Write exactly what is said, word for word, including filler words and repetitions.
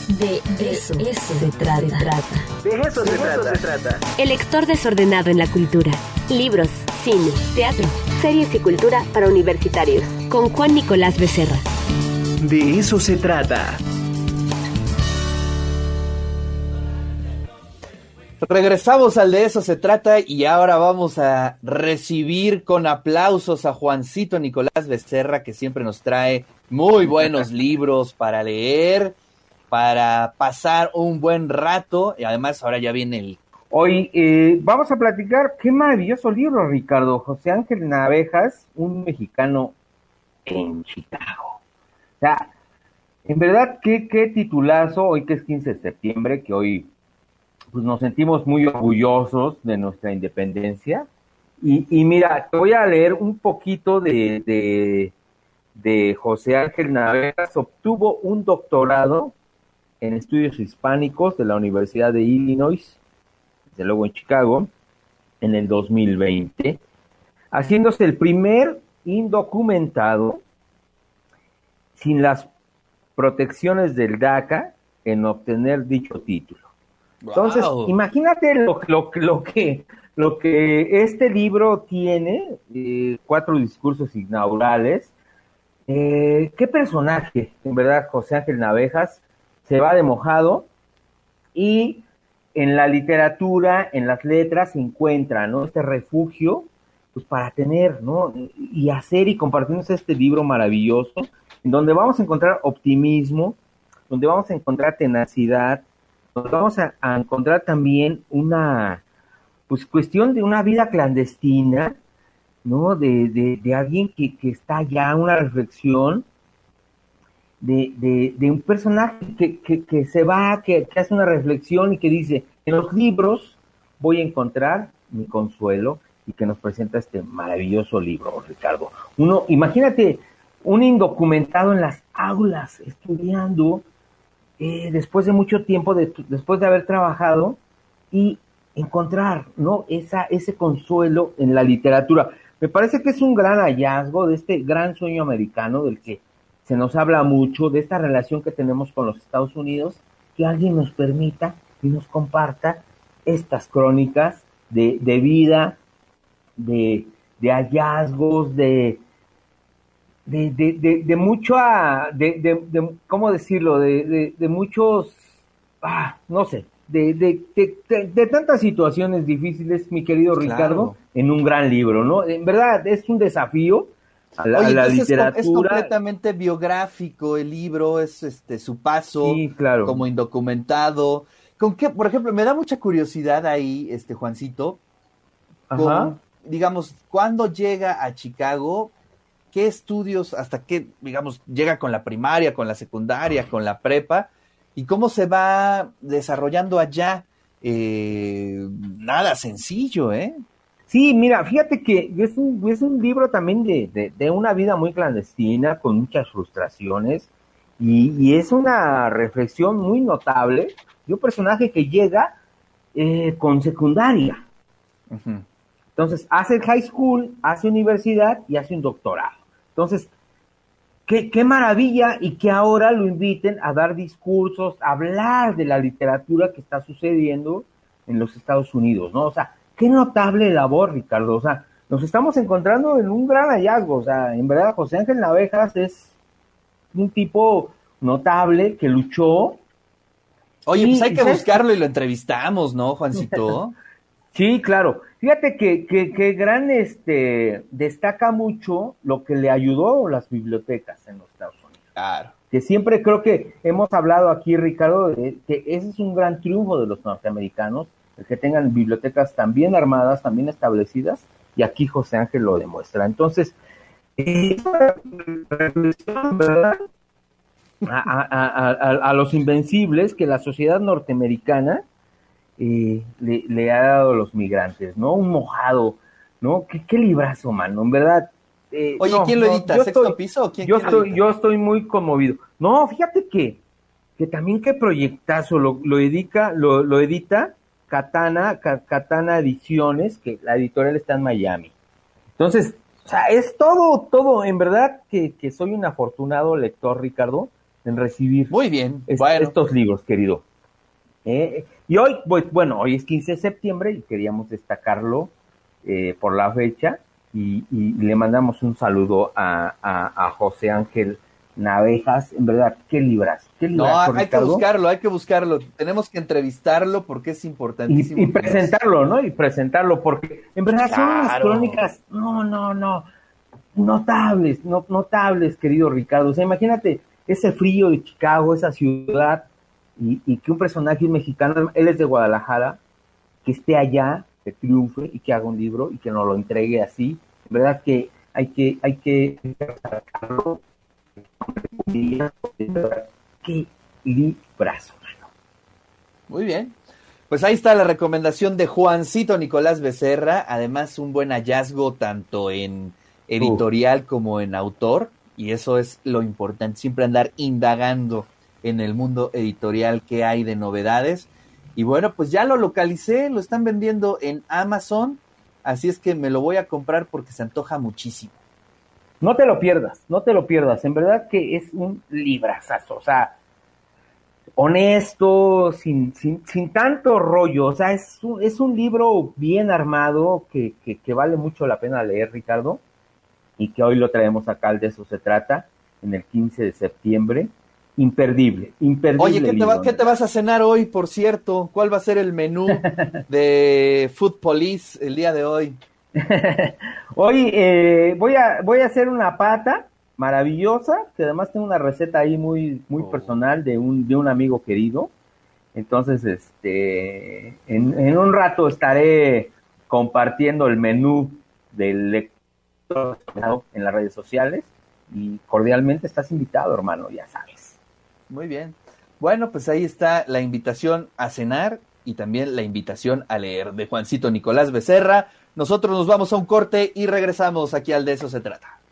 De eso, de eso se, trata. se trata. De eso, de se, eso trata. se trata. El lector desordenado en la cultura. Libros, cine, teatro, series y cultura para universitarios. Con Juan Nicolás Becerra. De eso se trata. Regresamos al De eso se trata y ahora vamos a recibir con aplausos a Juancito Nicolás Becerra, que siempre nos trae muy buenos libros para leer, para pasar un buen rato, y además ahora ya viene el... Hoy eh, vamos a platicar, qué maravilloso libro, Ricardo. José Ángel Navejas, un mexicano en Chicago. O sea, en verdad, qué, qué titulazo, hoy que es quince de septiembre, que hoy pues nos sentimos muy orgullosos de nuestra independencia. Y, y mira, te voy a leer un poquito de, de, de José Ángel Navejas. Obtuvo un doctorado en estudios hispánicos de la Universidad de Illinois, desde luego en Chicago, en el dos mil veinte, haciéndose el primer indocumentado sin las protecciones del DACA en obtener dicho título. Entonces, wow. Imagínate lo, lo, lo, que, lo que este libro tiene, eh, cuatro discursos inaugurales. Eh, ¿Qué personaje, en verdad, José Ángel Navejas? Se va de mojado y en la literatura, en las letras, se encuentra, ¿no? Este refugio, pues para tener, ¿no? Y hacer y compartirnos este libro maravilloso, en donde vamos a encontrar optimismo, donde vamos a encontrar tenacidad, donde vamos a, a encontrar también una, pues, cuestión de una vida clandestina, ¿no? De, de, de alguien que, que está ya, una reflexión, De, de, de un personaje que, que, que se va, que, que hace una reflexión y que dice, en los libros voy a encontrar mi consuelo, y que nos presenta este maravilloso libro, Ricardo. Uno, imagínate, un indocumentado en las aulas, estudiando, eh, después de mucho tiempo, de, después de haber trabajado, y encontrar, ¿no? Esa, ese consuelo en la literatura. Me parece que es un gran hallazgo de este gran sueño americano del que se nos habla mucho, de esta relación que tenemos con los Estados Unidos, que alguien nos permita y nos comparta estas crónicas de, de vida, de, de hallazgos, de, de, de, de, de mucho, de, de, de, ¿cómo decirlo? De, de, de muchos, ah, no sé, de, de, de, de, de tantas situaciones difíciles, mi querido Ricardo, claro, en un gran libro, ¿no? En verdad, es un desafío. A la, Oye, a la literatura. Es, es completamente biográfico el libro, es este su paso, sí, claro, como indocumentado. ¿Con qué, por ejemplo, me da mucha curiosidad ahí, este Juancito, con, Ajá. digamos, cuándo llega a Chicago, qué estudios, hasta qué, digamos, llega con la primaria, con la secundaria, con la prepa, y cómo se va desarrollando allá? Eh, nada sencillo, ¿eh? Sí, mira, fíjate que es un, es un libro también de, de, de una vida muy clandestina, con muchas frustraciones, y, y es una reflexión muy notable de un personaje que llega eh, con secundaria. Uh-huh. Entonces, hace high school, hace universidad y hace un doctorado. Entonces, qué, qué maravilla, y que ahora lo inviten a dar discursos, a hablar de la literatura que está sucediendo en los Estados Unidos, ¿no? O sea, qué notable labor, Ricardo. O sea, nos estamos encontrando en un gran hallazgo. O sea, en verdad, José Ángel Navejas es un tipo notable que luchó. Oye, y, pues hay que ¿sabes? buscarlo y lo entrevistamos, ¿no, Juancito? Sí, claro. Fíjate que, que, que gran, este, destaca mucho lo que le ayudó las bibliotecas en los Estados Unidos. Claro. Que siempre creo que hemos hablado aquí, Ricardo, de que ese es un gran triunfo de los norteamericanos, el que tengan bibliotecas tan bien armadas, tan bien establecidas, y aquí José Ángel lo demuestra. Entonces, eh, ¿verdad? A, a, a, a los invencibles que la sociedad norteamericana eh, le, le ha dado a los migrantes, ¿no? Un mojado, ¿no? ¿Qué, qué librazo, mano? En verdad. Eh, Oye, no, ¿quién lo edita? No, ¿Sexto estoy, piso o quién, yo quién estoy, lo edita? Yo estoy muy conmovido. No, fíjate que que también qué proyectazo, lo, lo edita, lo, lo edita Katana, Katana Ediciones, que la editorial está en Miami. Entonces, o sea, es todo, todo, en verdad que, que soy un afortunado lector, Ricardo, en recibir Muy bien, est- bueno. estos libros, querido. Eh, y hoy, pues bueno, hoy es quince de septiembre y queríamos destacarlo eh, por la fecha y, y le mandamos un saludo a, a, a José Ángel Navejas. En verdad, qué libras, qué No, libras. hay que buscarlo, hay que buscarlo. Tenemos que entrevistarlo porque es importantísimo. Y, y presentarlo, ¿no? Y presentarlo, porque en verdad son unas Claro. crónicas, no, no, no, notables, no, notables, querido Ricardo. O sea, imagínate ese frío de Chicago, esa ciudad, y, y que un personaje mexicano, él es de Guadalajara, que esté allá, que triunfe y que haga un libro y que nos lo entregue así. En verdad que hay que, hay que sacarlo. Qué librazo, mano. Muy bien. Pues ahí está la recomendación de Juancito Nicolás Becerra, además un buen hallazgo tanto en editorial uh. como en autor, y eso es lo importante, siempre andar indagando en el mundo editorial que hay de novedades. Y bueno, pues ya lo localicé, lo están vendiendo en Amazon, así es que me lo voy a comprar porque se antoja muchísimo. No te lo pierdas, no te lo pierdas, en verdad que es un librazazo, o sea, honesto, sin, sin, sin tanto rollo, o sea, es un, es un libro bien armado que, que, que vale mucho la pena leer, Ricardo, y que hoy lo traemos acá, de eso se trata, en el quince de septiembre, imperdible, imperdible. Oye, ¿qué te, va, ¿qué te vas a cenar hoy, por cierto? ¿Cuál va a ser el menú de Food Police el día de hoy? Hoy eh, voy a voy a hacer una pata maravillosa, que además tengo una receta ahí muy muy oh. personal de un de un amigo querido. Entonces, este en, en un rato estaré compartiendo el menú del lector en las redes sociales y cordialmente estás invitado, hermano, ya sabes. Muy bien. Bueno, pues ahí está la invitación a cenar y también la invitación a leer de Juancito Nicolás Becerra. Nosotros nos vamos a un corte y regresamos aquí al De Eso Se Trata.